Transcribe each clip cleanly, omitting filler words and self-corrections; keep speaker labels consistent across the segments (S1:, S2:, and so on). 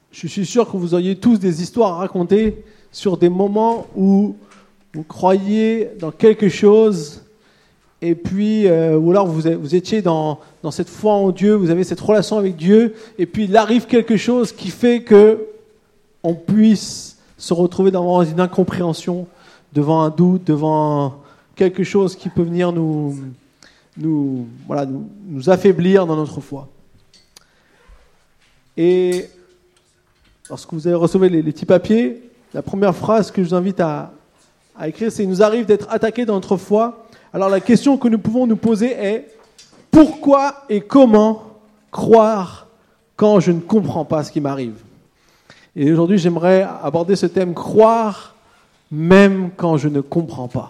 S1: je suis sûr que vous auriez tous des histoires à raconter sur des moments où vous croyez dans quelque chose et puis, ou alors vous étiez dans cette foi en Dieu, vous avez cette relation avec Dieu, et puis il arrive quelque chose qui fait que on puisse se retrouver devant une incompréhension, devant un doute, devant quelque chose qui peut venir nous affaiblir dans notre foi. Et lorsque vous allez recevoir les petits papiers, la première phrase que je vous invite à écrire, c'est « Il nous arrive d'être attaqués dans notre foi ». Alors la question que nous pouvons nous poser est « Pourquoi et comment croire quand je ne comprends pas ce qui m'arrive ?» Et aujourd'hui, j'aimerais aborder ce thème « Croire même quand je ne comprends pas ».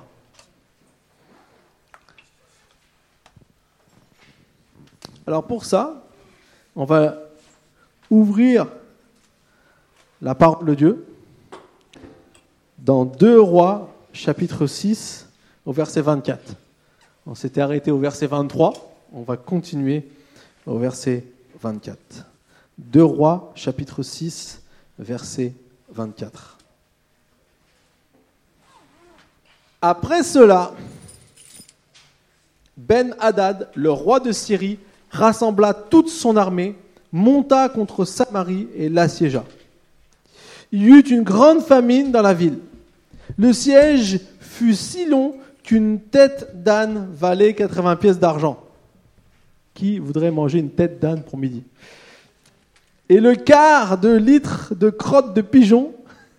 S1: Alors pour ça, on va ouvrir la parole de Dieu dans 2 Rois, chapitre 6, au verset 24. On s'était arrêté au verset 23, on va continuer au verset 24. 2 Rois, chapitre 6, verset 24. Après cela, Ben-Hadad, le roi de Syrie, rassembla toute son armée, monta contre Samarie et l'assiégea. Il y eut une grande famine dans la ville. Le siège fut si long qu'une tête d'âne valait 80 pièces d'argent. Qui voudrait manger une tête d'âne pour midi? Et le quart de litre de crottes de pigeon,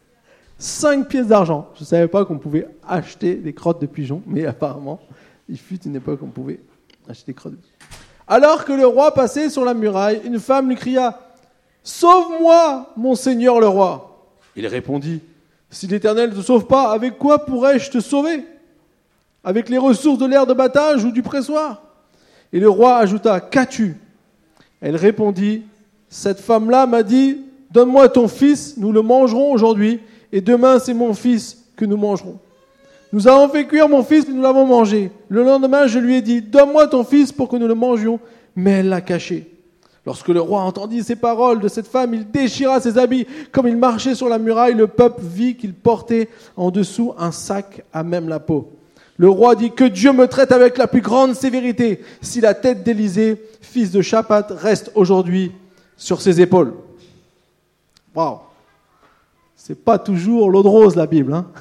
S1: 5 pièces d'argent. Je ne savais pas qu'on pouvait acheter des crottes de pigeon, mais apparemment, il fut une époque où on pouvait acheter des crottes de pigeon. Alors que le roi passait sur la muraille, une femme lui cria « Sauve-moi, mon seigneur le roi !» Il répondit « Si l'Éternel ne te sauve pas, avec quoi pourrais-je te sauver? Avec les ressources de l'aire de battage ou du pressoir ?» Et le roi ajouta « Qu'as-tu » Elle répondit « Cette femme-là m'a dit « Donne-moi ton fils, nous le mangerons aujourd'hui, et demain c'est mon fils que nous mangerons. » Nous avons fait cuire mon fils et nous l'avons mangé. Le lendemain, je lui ai dit, donne-moi ton fils pour que nous le mangions. Mais elle l'a caché. Lorsque le roi entendit ces paroles de cette femme, il déchira ses habits. Comme il marchait sur la muraille, le peuple vit qu'il portait en dessous un sac à même la peau. Le roi dit, que Dieu me traite avec la plus grande sévérité si la tête d'Élisée, fils de Shaphat, reste aujourd'hui sur ses épaules. Waouh! C'est pas toujours l'eau de rose, la Bible, hein?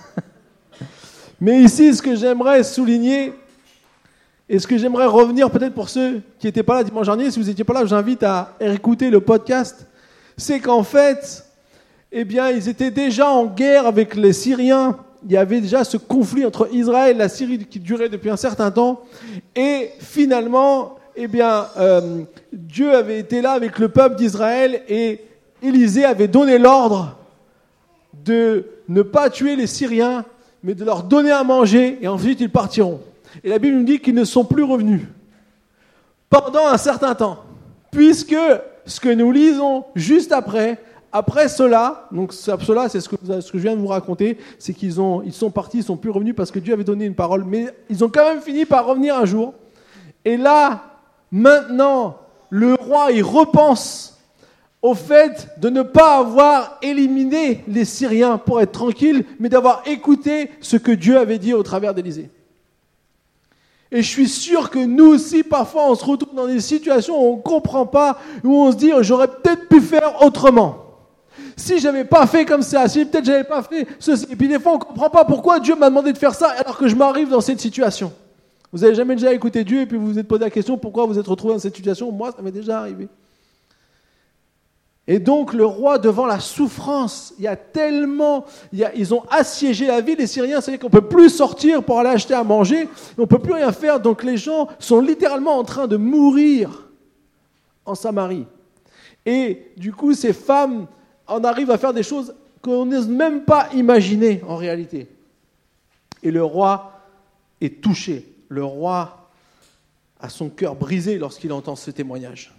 S1: Mais ici, ce que j'aimerais souligner, et ce que j'aimerais revenir peut-être pour ceux qui n'étaient pas là dimanche dernier, si vous n'étiez pas là, je vous invite à écouter le podcast, c'est qu'en fait, eh bien, ils étaient déjà en guerre avec les Syriens. Il y avait déjà ce conflit entre Israël et la Syrie qui durait depuis un certain temps. Et finalement, eh bien, Dieu avait été là avec le peuple d'Israël et Élisée avait donné l'ordre de ne pas tuer les Syriens, mais de leur donner à manger, et ensuite ils partiront. Et la Bible nous dit qu'ils ne sont plus revenus pendant un certain temps, puisque ce que nous lisons juste après cela, donc cela c'est ce que je viens de vous raconter, c'est ils sont partis, ils sont plus revenus parce que Dieu avait donné une parole, mais ils ont quand même fini par revenir un jour. Et là, maintenant, le roi, il repense au fait de ne pas avoir éliminé les Syriens pour être tranquille, mais d'avoir écouté ce que Dieu avait dit au travers d'Élisée. Et je suis sûr que nous aussi, parfois, on se retrouve dans des situations où on ne comprend pas, où on se dit « j'aurais peut-être pu faire autrement ». Si je n'avais pas fait comme ça, si peut-être je n'avais pas fait ceci. Et puis des fois, on ne comprend pas pourquoi Dieu m'a demandé de faire ça alors que je m'arrive dans cette situation. Vous n'avez jamais déjà écouté Dieu et puis vous vous êtes posé la question pourquoi vous êtes retrouvé dans cette situation? Moi, ça m'est déjà arrivé. Et donc le roi, devant la souffrance, ils ont assiégé la ville, les Syriens, c'est-à-dire qu'on ne peut plus sortir pour aller acheter à manger, on ne peut plus rien faire, donc les gens sont littéralement en train de mourir en Samarie. Et du coup, ces femmes en arrivent à faire des choses qu'on n'ose même pas imaginer en réalité. Et le roi est touché, le roi a son cœur brisé lorsqu'il entend ce témoignage.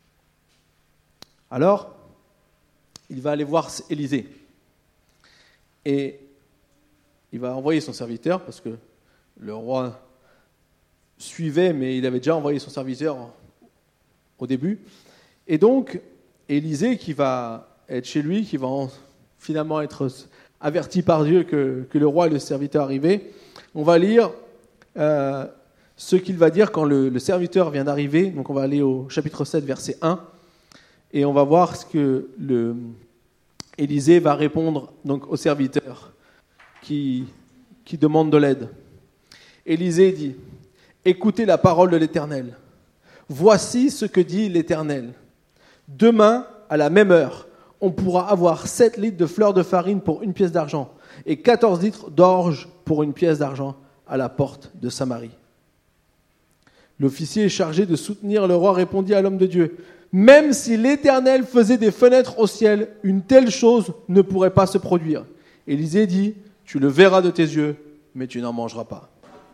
S1: Alors, il va aller voir Élisée. Et il va envoyer son serviteur, parce que le roi suivait, mais il avait déjà envoyé son serviteur au début. Et donc, Élisée qui va être chez lui, qui va finalement être averti par Dieu que le roi et le serviteur arrivaient, on va lire ce qu'il va dire quand le serviteur vient d'arriver. Donc on va aller au chapitre 7, verset 1, et on va voir ce que Élisée va répondre donc au serviteur qui demande de l'aide. Élisée dit: écoutez la parole de l'Éternel. Voici ce que dit l'Éternel. Demain, à la même heure, on pourra avoir 7 litres de fleurs de farine pour 1 pièce d'argent et 14 litres d'orge pour 1 pièce d'argent à la porte de Samarie. L'officier chargé de soutenir le roi répondit à l'homme de Dieu: même si l'Éternel faisait des fenêtres au ciel, une telle chose ne pourrait pas se produire. Élisée dit: tu le verras de tes yeux, mais tu n'en mangeras pas.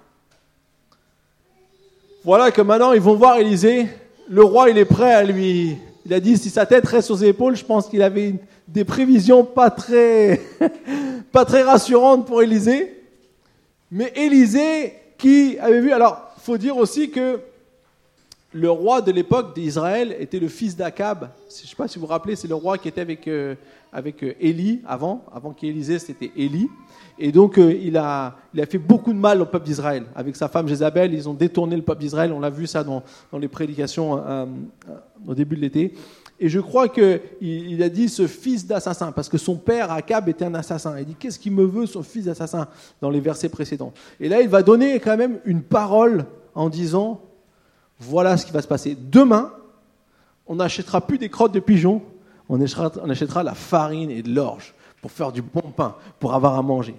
S1: Voilà que maintenant ils vont voir Élisée. Le roi, il est prêt à lui. Il a dit, si sa tête reste sur ses épaules, je pense qu'il avait des prévisions pas très rassurantes pour Élisée. Mais Élisée, qui avait vu. Alors, il faut dire aussi que le roi de l'époque d'Israël était le fils d'Akab. Je ne sais pas si vous vous rappelez, c'est le roi qui était avec Élie avant qu'Élisée, c'était Élie. Et donc, il a fait beaucoup de mal au peuple d'Israël. Avec sa femme Jézabel, ils ont détourné le peuple d'Israël. On l'a vu ça dans les prédications au début de l'été. Et je crois qu'il a dit ce fils d'assassin, parce que son père, Akab, était un assassin. Il dit, qu'est-ce qu'il me veut, son fils d'assassin, dans les versets précédents. Et là, il va donner quand même une parole en disant, voilà ce qui va se passer. Demain, on n'achètera plus des crottes de pigeons, on achètera la farine et de l'orge pour faire du bon pain, pour avoir à manger.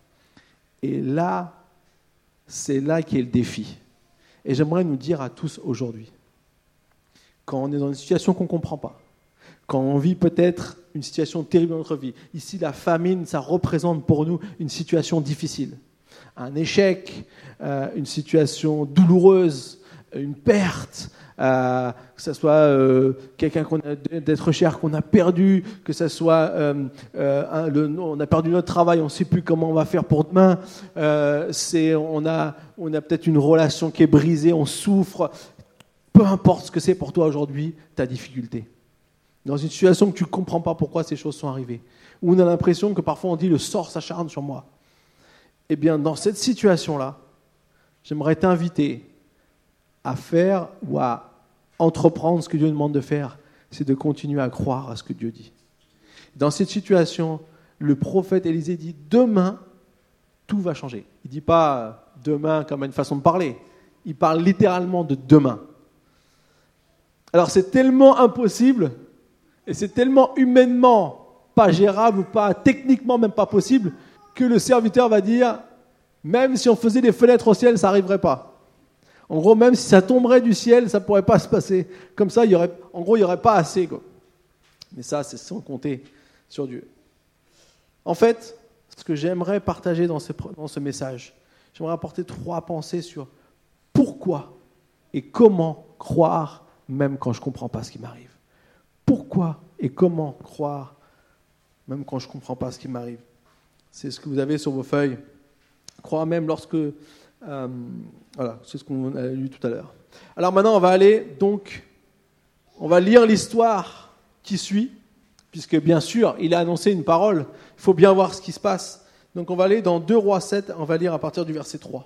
S1: Et là, c'est là qu'est le défi. Et j'aimerais nous dire à tous aujourd'hui, quand on est dans une situation qu'on ne comprend pas, quand on vit peut-être une situation terrible dans notre vie, ici la famine, ça représente pour nous une situation difficile, un échec, une situation douloureuse, une perte, que ce soit quelqu'un d'être cher qu'on a perdu, que ce soit on a perdu notre travail, on ne sait plus comment on va faire pour demain, on a peut-être une relation qui est brisée, on souffre. Peu importe ce que c'est pour toi aujourd'hui, ta difficulté. Dans une situation que tu ne comprends pas pourquoi ces choses sont arrivées, où on a l'impression que parfois on dit le sort s'acharne sur moi. Eh bien, dans cette situation-là, j'aimerais t'inviter à faire ou à entreprendre ce que Dieu demande de faire, c'est de continuer à croire à ce que Dieu dit. Dans cette situation, le prophète Élisée dit « Demain, tout va changer ». Il ne dit pas « demain » comme une façon de parler. Il parle littéralement de « demain ». Alors c'est tellement impossible et c'est tellement humainement pas gérable ou pas techniquement même pas possible que le serviteur va dire « Même si on faisait des fenêtres au ciel, ça n'arriverait pas ». En gros, même si ça tomberait du ciel, ça ne pourrait pas se passer. Comme ça, il n'y aurait pas assez, quoi. Mais ça, c'est sans compter sur Dieu. En fait, ce que j'aimerais partager dans ce message, j'aimerais apporter 3 pensées sur pourquoi et comment croire même quand je ne comprends pas ce qui m'arrive. Pourquoi et comment croire même quand je ne comprends pas ce qui m'arrive. C'est ce que vous avez sur vos feuilles. Croire même lorsque... voilà, c'est ce qu'on a lu tout à l'heure. Alors maintenant, on va lire l'histoire qui suit, puisque bien sûr, il a annoncé une parole, il faut bien voir ce qui se passe. Donc on va aller dans 2 Rois 7, on va lire à partir du verset 3.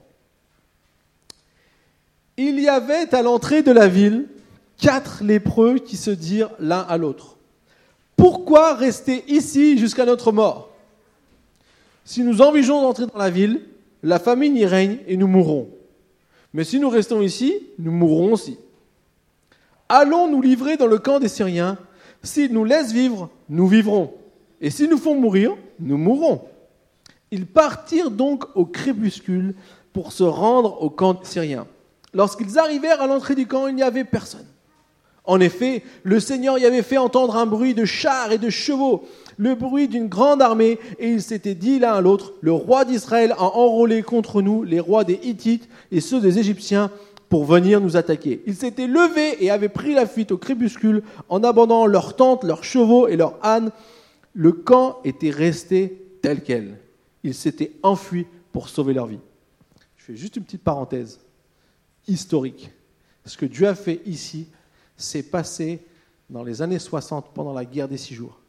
S1: Il y avait à l'entrée de la ville 4 lépreux qui se dirent l'un à l'autre: pourquoi rester ici jusqu'à notre mort? Si nous envisageons d'entrer dans la ville, la famine y règne et nous mourrons. Mais si nous restons ici, nous mourrons aussi. Allons nous livrer dans le camp des Syriens. S'ils nous laissent vivre, nous vivrons. Et s'ils nous font mourir, nous mourrons. Ils partirent donc au crépuscule pour se rendre au camp des Syriens. Lorsqu'ils arrivèrent à l'entrée du camp, il n'y avait personne. En effet, le Seigneur y avait fait entendre un bruit de chars et de chevaux, le bruit d'une grande armée, et ils s'étaient dit l'un à l'autre: le roi d'Israël a enrôlé contre nous les rois des Hittites et ceux des Égyptiens pour venir nous attaquer. Ils s'étaient levés et avaient pris la fuite au crépuscule en abandonnant leurs tentes, leurs chevaux et leurs ânes. Le camp était resté tel quel. Ils s'étaient enfuis pour sauver leur vie. Je fais juste une petite parenthèse historique. Ce que Dieu a fait ici, c'est passé dans les années 60 pendant la guerre des 6 jours.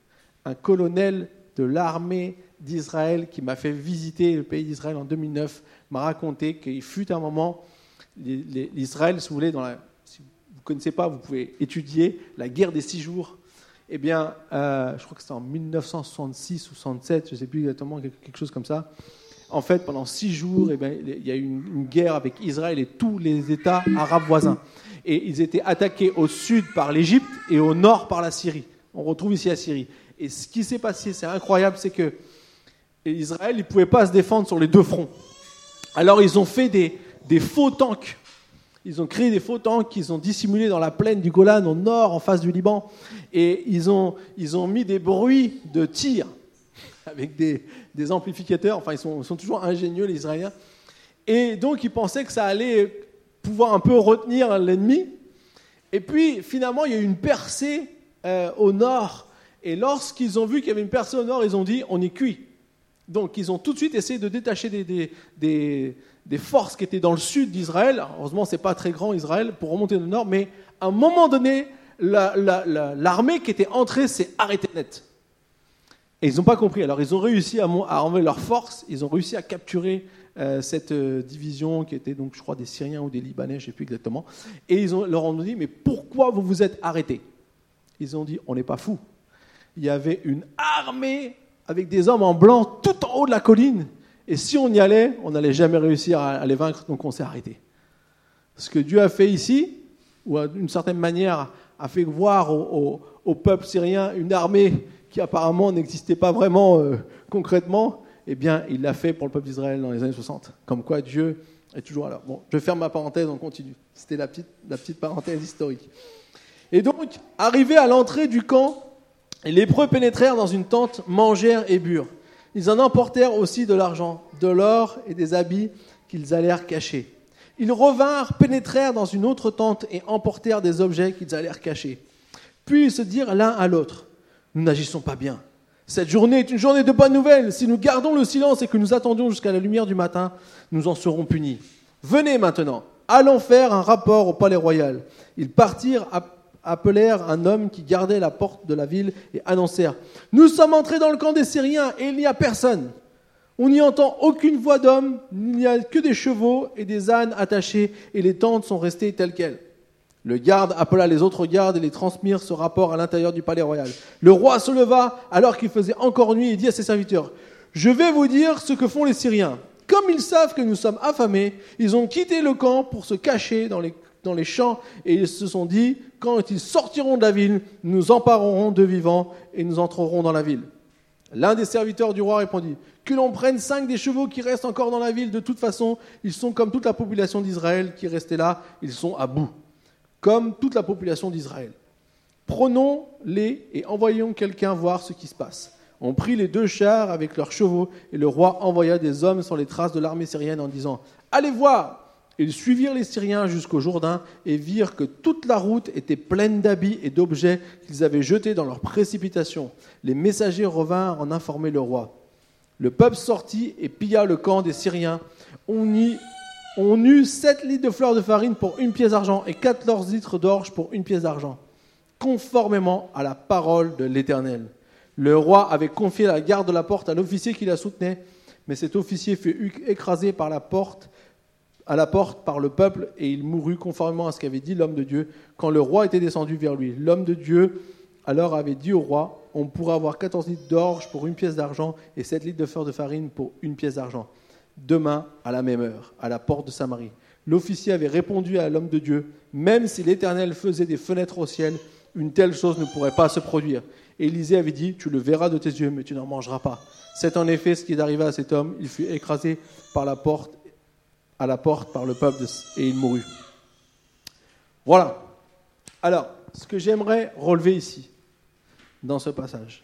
S1: un colonel de l'armée d'Israël qui m'a fait visiter le pays d'Israël en 2009 m'a raconté qu'il fut un moment, l'Israël, si vous voulez, si vous ne connaissez pas, vous pouvez étudier la guerre des 6 jours. Eh bien, je crois que c'était en 1966 ou 67, je ne sais plus exactement, quelque chose comme ça. En fait, pendant 6 jours, eh bien, il y a eu une guerre avec Israël et tous les États arabes voisins. Et ils étaient attaqués au sud par l'Égypte et au nord par la Syrie. On retrouve ici la Syrie. Et ce qui s'est passé, c'est incroyable, c'est que Israël, il ne pouvait pas se défendre sur les 2 fronts. Alors, ils ont fait des faux tanks. Ils ont créé des faux tanks qu'ils ont dissimulés dans la plaine du Golan, au nord, en face du Liban. Et ils ont mis des bruits de tir avec des amplificateurs. Enfin, ils sont toujours ingénieux, les Israéliens. Et donc, ils pensaient que ça allait pouvoir un peu retenir l'ennemi. Et puis, finalement, il y a eu une percée au nord. Et lorsqu'ils ont vu qu'il y avait une percée au nord, ils ont dit « on est cuit ». Donc, ils ont tout de suite essayé de détacher des forces qui étaient dans le sud d'Israël. Heureusement, ce n'est pas très grand, Israël, pour remonter dans le nord. Mais à un moment donné, l'armée qui était entrée s'est arrêtée net. Et ils n'ont pas compris. Alors, ils ont réussi à enlever leurs forces. Ils ont réussi à capturer cette division qui était, donc, je crois, des Syriens ou des Libanais, je ne sais plus exactement. Et ils leur ont dit « mais pourquoi vous vous êtes arrêtés ?» Ils ont dit « on n'est pas fous. » Il y avait une armée avec des hommes en blanc tout en haut de la colline. Et si on y allait, on n'allait jamais réussir à les vaincre, donc on s'est arrêté. Ce que Dieu a fait ici, ou d'une certaine manière a fait voir au peuple syrien une armée qui apparemment n'existait pas vraiment concrètement, eh bien, il l'a fait pour le peuple d'Israël dans les années 60. Comme quoi Dieu est toujours là. Bon, je ferme ma parenthèse, on continue. C'était la petite parenthèse historique. Et donc, arrivés à l'entrée du camp, les lépreux pénétrèrent dans une tente, mangèrent et burent. Ils en emportèrent aussi de l'argent, de l'or et des habits qu'ils allèrent cacher. Ils revinrent, pénétrèrent dans une autre tente et emportèrent des objets qu'ils allèrent cacher. Puis ils se dirent l'un à l'autre, « Nous n'agissons pas bien. Cette journée est une journée de bonnes nouvelles. Si nous gardons le silence et que nous attendions jusqu'à la lumière du matin, nous en serons punis. Venez maintenant, allons faire un rapport au palais royal. » Ils partirent, appelèrent un homme qui gardait la porte de la ville et annoncèrent « Nous sommes entrés dans le camp des Syriens et il n'y a personne. On n'y entend aucune voix d'homme, il n'y a que des chevaux et des ânes attachés et les tentes sont restées telles quelles. » Le garde appela les autres gardes et les transmirent ce rapport à l'intérieur du palais royal. Le roi se leva alors qu'il faisait encore nuit et dit à ses serviteurs « Je vais vous dire ce que font les Syriens. Comme ils savent que nous sommes affamés, ils ont quitté le camp pour se cacher dans les champs et ils se sont dit « Quand ils sortiront de la ville, nous nous emparerons d'eux vivants et nous entrerons dans la ville. » L'un des serviteurs du roi répondit « Que l'on prenne 5 des chevaux qui restent encore dans la ville, de toute façon, ils sont comme toute la population d'Israël qui restait là, ils sont à bout. Comme toute la population d'Israël. Prenons-les et envoyons quelqu'un voir ce qui se passe. » On prit les 2 chars avec leurs chevaux et le roi envoya des hommes sur les traces de l'armée syrienne en disant « Allez voir !» Ils suivirent les Syriens jusqu'au Jourdain et virent que toute la route était pleine d'habits et d'objets qu'ils avaient jetés dans leur précipitation. Les messagers revinrent en informer le roi. Le peuple sortit et pilla le camp des Syriens. On eut 7 litres de fleurs de farine pour 1 pièce d'argent et 14 litres d'orge pour 1 pièce d'argent, conformément à la parole de l'Éternel. Le roi avait confié la garde de la porte à l'officier qui la soutenait, mais cet officier fut écrasé à la porte par le peuple et il mourut conformément à ce qu'avait dit l'homme de Dieu quand le roi était descendu vers lui. L'homme de Dieu alors avait dit au roi « On pourra avoir 14 litres d'orge pour 1 pièce d'argent et 7 litres de fleurs de farine pour 1 pièce d'argent. Demain, à la même heure, à la porte de Samarie. » L'officier avait répondu à l'homme de Dieu « Même si l'Éternel faisait des fenêtres au ciel, une telle chose ne pourrait pas se produire. » Et Élisée avait dit « Tu le verras de tes yeux, mais tu n'en mangeras pas. » C'est en effet ce qui est arrivé à cet homme. Il fut écrasé à la porte par le peuple et il mourut. Voilà. Alors, ce que j'aimerais relever ici, dans ce passage,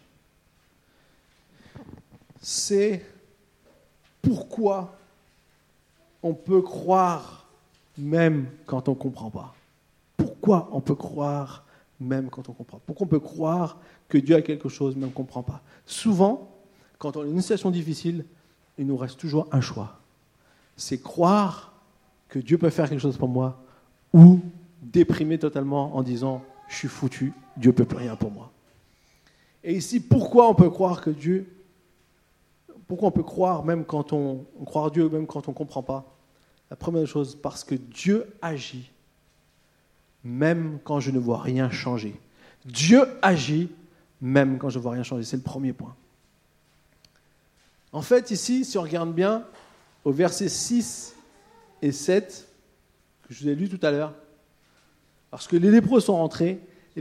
S1: c'est pourquoi on peut croire même quand on ne comprend pas. Pourquoi on peut croire même quand on comprend. Pourquoi on peut croire que Dieu a quelque chose même qu'on ne comprend pas. Souvent, quand on est dans une situation difficile, il nous reste toujours un choix. C'est croire que Dieu peut faire quelque chose pour moi ou déprimer totalement en disant « je suis foutu, Dieu ne peut plus rien pour moi ». Et ici, pourquoi on peut croire que Dieu, pourquoi on peut croire même quand on croit Dieu, même quand on ne comprend pas? La première chose, parce que Dieu agit, même quand je ne vois rien changer. Dieu agit, même quand je ne vois rien changer. C'est le premier point. En fait, ici, si on regarde bien, au verset 6 et 7, que je vous ai lu tout à l'heure, parce que les lépreux sont rentrés,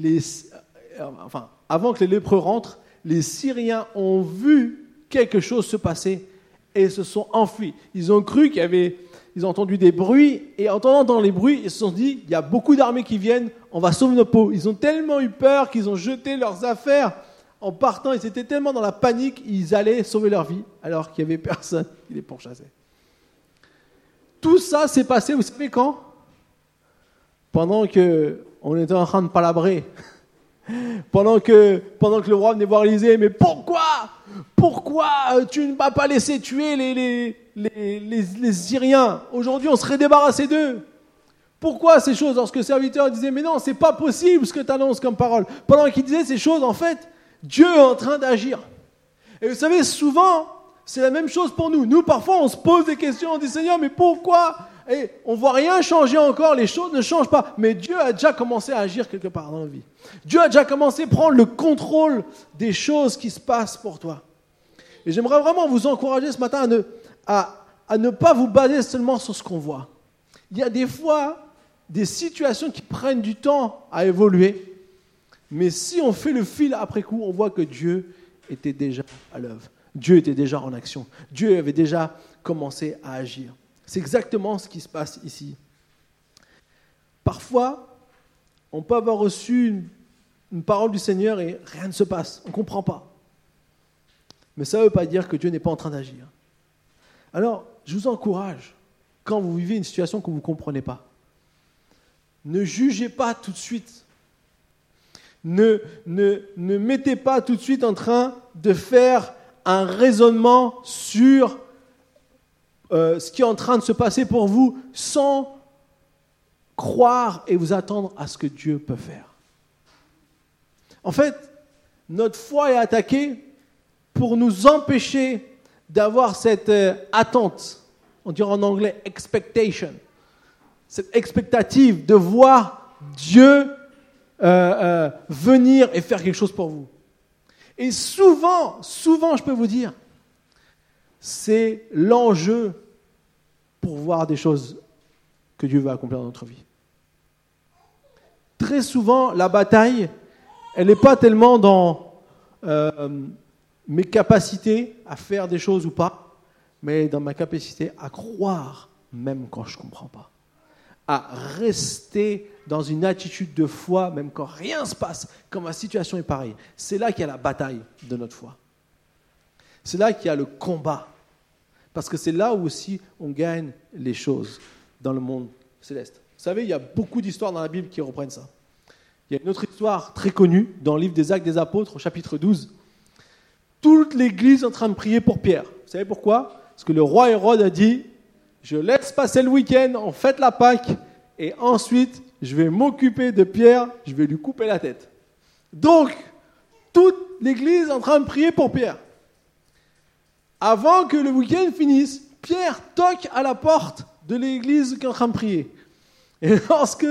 S1: avant que les lépreux rentrent, les Syriens ont vu quelque chose se passer et se sont enfuis. Ils ont cru ils ont entendu des bruits, et en entendant les bruits, ils se sont dit, il y a beaucoup d'armées qui viennent, on va sauver nos peaux. Ils ont tellement eu peur qu'ils ont jeté leurs affaires en partant, ils étaient tellement dans la panique, ils allaient sauver leur vie, alors qu'il n'y avait personne qui les pourchassait. Tout ça s'est passé, vous savez quand? Pendant qu'on était en train de palabrer. Pendant que le roi venait voir Élisée, mais pourquoi tu ne m'as pas laissé tuer les Syriens? Aujourd'hui, on serait débarrassé d'eux. Pourquoi ces choses? Lorsque le serviteur disait, mais non, c'est pas possible ce que tu annonces comme parole. Pendant qu'il disait ces choses, en fait, Dieu est en train d'agir. Et vous savez, souvent, c'est la même chose pour nous. Nous, parfois, on se pose des questions, on dit, Seigneur, mais pourquoi? Et on ne voit rien changer encore, les choses ne changent pas. Mais Dieu a déjà commencé à agir quelque part dans la vie. Dieu a déjà commencé à prendre le contrôle des choses qui se passent pour toi. Et j'aimerais vraiment vous encourager ce matin à ne pas vous baser seulement sur ce qu'on voit. Il y a des fois des situations qui prennent du temps à évoluer. Mais si on fait le fil après coup, on voit que Dieu était déjà à l'œuvre. Dieu était déjà en action. Dieu avait déjà commencé à agir. C'est exactement ce qui se passe ici. Parfois, on peut avoir reçu une parole du Seigneur et rien ne se passe. On ne comprend pas. Mais ça ne veut pas dire que Dieu n'est pas en train d'agir. Alors, je vous encourage, quand vous vivez une situation que vous ne comprenez pas, ne jugez pas tout de suite. Ne mettez pas tout de suite en train de faire un raisonnement sur ce qui est en train de se passer pour vous sans croire et vous attendre à ce que Dieu peut faire. En fait, notre foi est attaquée pour nous empêcher d'avoir cette attente, on dirait en anglais expectation, cette expectative de voir Dieu venir et faire quelque chose pour vous. Et souvent, je peux vous dire, c'est l'enjeu pour voir des choses que Dieu va accomplir dans notre vie. Très souvent, la bataille, elle n'est pas tellement dans mes capacités à faire des choses ou pas, mais dans ma capacité à croire même quand je ne comprends pas. À rester dans une attitude de foi, même quand rien ne se passe, quand ma situation est pareille. C'est là qu'il y a la bataille de notre foi. C'est là qu'il y a le combat. Parce que c'est là où aussi on gagne les choses dans le monde céleste. Vous savez, il y a beaucoup d'histoires dans la Bible qui reprennent ça. Il y a une autre histoire très connue dans le livre des Actes des Apôtres, au chapitre 12. Toute l'église est en train de prier pour Pierre. Vous savez pourquoi? Parce que le roi Hérode a dit, je laisse passer le week-end, on fête la Pâque, et ensuite, je vais m'occuper de Pierre, je vais lui couper la tête. Donc, toute l'église est en train de prier pour Pierre. Avant que le week-end finisse, Pierre toque à la porte de l'église qui est en train de prier. Et lorsque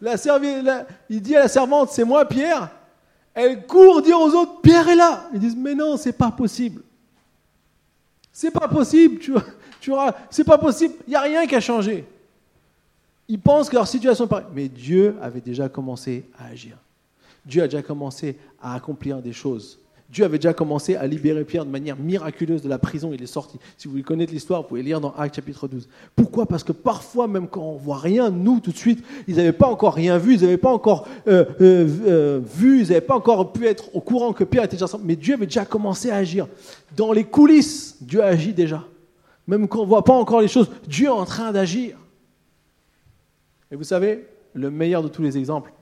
S1: il dit à la servante, c'est moi Pierre, elle court dire aux autres, Pierre est là. Ils disent, mais non, c'est pas possible. C'est pas possible, c'est pas possible, il n'y a rien qui a changé. Ils pensent que leur situation est pareille. Mais Dieu avait déjà commencé à agir. Dieu a déjà commencé à accomplir des choses. Dieu avait déjà commencé à libérer Pierre de manière miraculeuse de la prison. Il est sorti. Si vous voulez connaître l'histoire, vous pouvez lire dans Actes chapitre 12. Pourquoi? Parce que parfois, même quand on ne voit rien, nous, tout de suite, ils n'avaient pas encore rien vu, ils n'avaient pas encore vu, ils n'avaient pas encore pu être au courant que Pierre était déjà sorti. Mais Dieu avait déjà commencé à agir. Dans les coulisses, Dieu agit déjà. Même quand on ne voit pas encore les choses, Dieu est en train d'agir. Et vous savez, le meilleur de tous les exemples,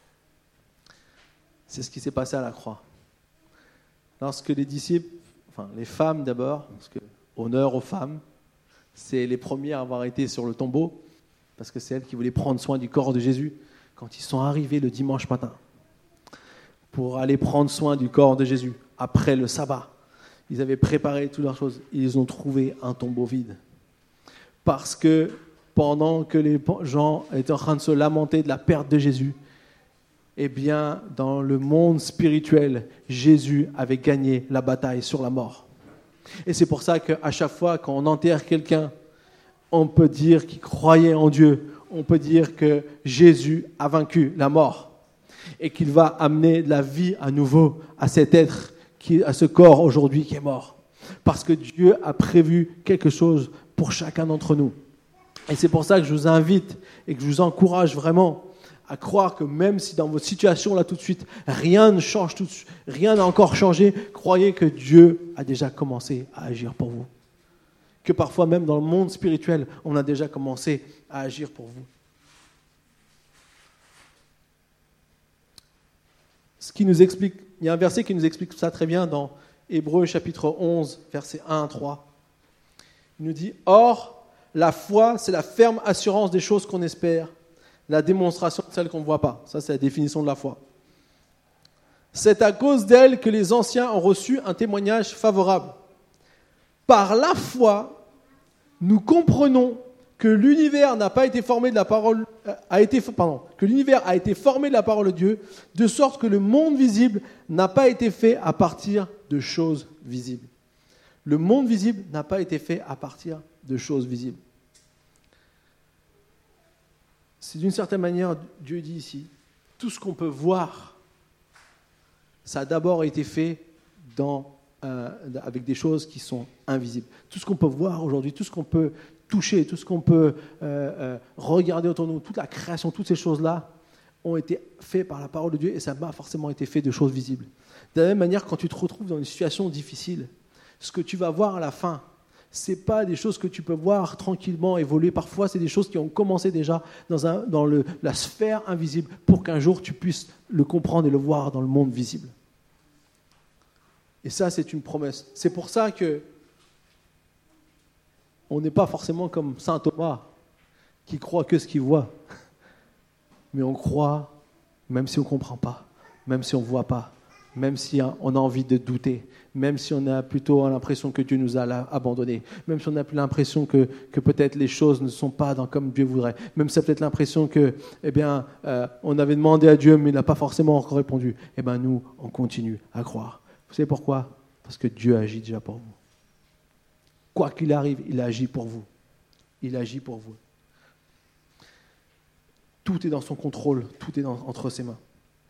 S1: c'est ce qui s'est passé à la croix. Lorsque les disciples, enfin les femmes d'abord, parce que honneur aux femmes, c'est les premières à avoir été sur le tombeau, parce que c'est elles qui voulaient prendre soin du corps de Jésus quand ils sont arrivés le dimanche matin. pour aller prendre soin du corps de Jésus après le sabbat. Ils avaient préparé toutes leurs choses. Ils ont trouvé un tombeau vide. Parce que pendant que les gens étaient en train de se lamenter de la perte de Jésus, eh bien, dans le monde spirituel, Jésus avait gagné la bataille sur la mort. Et c'est pour ça qu'à chaque fois qu'on enterre quelqu'un, on peut dire qu'il croyait en Dieu. On peut dire que Jésus a vaincu la mort et qu'il va amener de la vie à nouveau à cet être, à ce corps aujourd'hui qui est mort. Parce que Dieu a prévu quelque chose pour chacun d'entre nous. Et c'est pour ça que je vous invite et que je vous encourage vraiment à croire que même si dans votre situation là tout de suite, rien ne change, rien n'a encore changé, croyez que Dieu a déjà commencé à agir pour vous. Que parfois même dans le monde spirituel, on a déjà commencé à agir pour vous. Ce qui nous explique, il y a un verset qui nous explique ça très bien dans Hébreux chapitre 11, versets 1 à 3. Il nous dit « Or, la foi, c'est la ferme assurance des choses qu'on espère, la démonstration de celles qu'on ne voit pas. » Ça, c'est la définition de la foi. « C'est à cause d'elle que les anciens ont reçu un témoignage favorable. Par la foi, nous comprenons que l'univers n'a pas été formé de la parole, que l'univers a été formé de la parole de Dieu, de sorte que le monde visible n'a pas été fait à partir de choses visibles. » Le monde visible n'a pas été fait à partir de choses visibles. C'est d'une certaine manière, Dieu dit ici, tout ce qu'on peut voir, ça a d'abord été fait avec des choses qui sont invisibles. Tout ce qu'on peut voir aujourd'hui, tout ce qu'on peut toucher, tout ce qu'on peut regarder autour de nous, toute la création, toutes ces choses-là ont été faites par la parole de Dieu et ça n'a pas forcément été fait de choses visibles. De la même manière, quand tu te retrouves dans une situation difficile, ce que tu vas voir à la fin, ce n'est pas des choses que tu peux voir tranquillement évoluer. Parfois, c'est des choses qui ont commencé déjà dans la sphère invisible pour qu'un jour tu puisses le comprendre et le voir dans le monde visible. Et ça, c'est une promesse. C'est pour ça que on n'est pas forcément comme saint Thomas qui croit que ce qu'il voit. Mais on croit même si on ne comprend pas, même si on ne voit pas, même si on a envie de douter, même si on a plutôt l'impression que Dieu nous a abandonnés, même si on a l'impression que peut-être les choses ne sont pas comme Dieu voudrait, même si on a peut-être l'impression que, on avait demandé à Dieu mais il n'a pas forcément encore répondu, nous, on continue à croire. Vous savez pourquoi ? Parce que Dieu agit déjà pour vous. Quoi qu'il arrive, il agit pour vous. Il agit pour vous. Tout est dans son contrôle, tout est entre ses mains.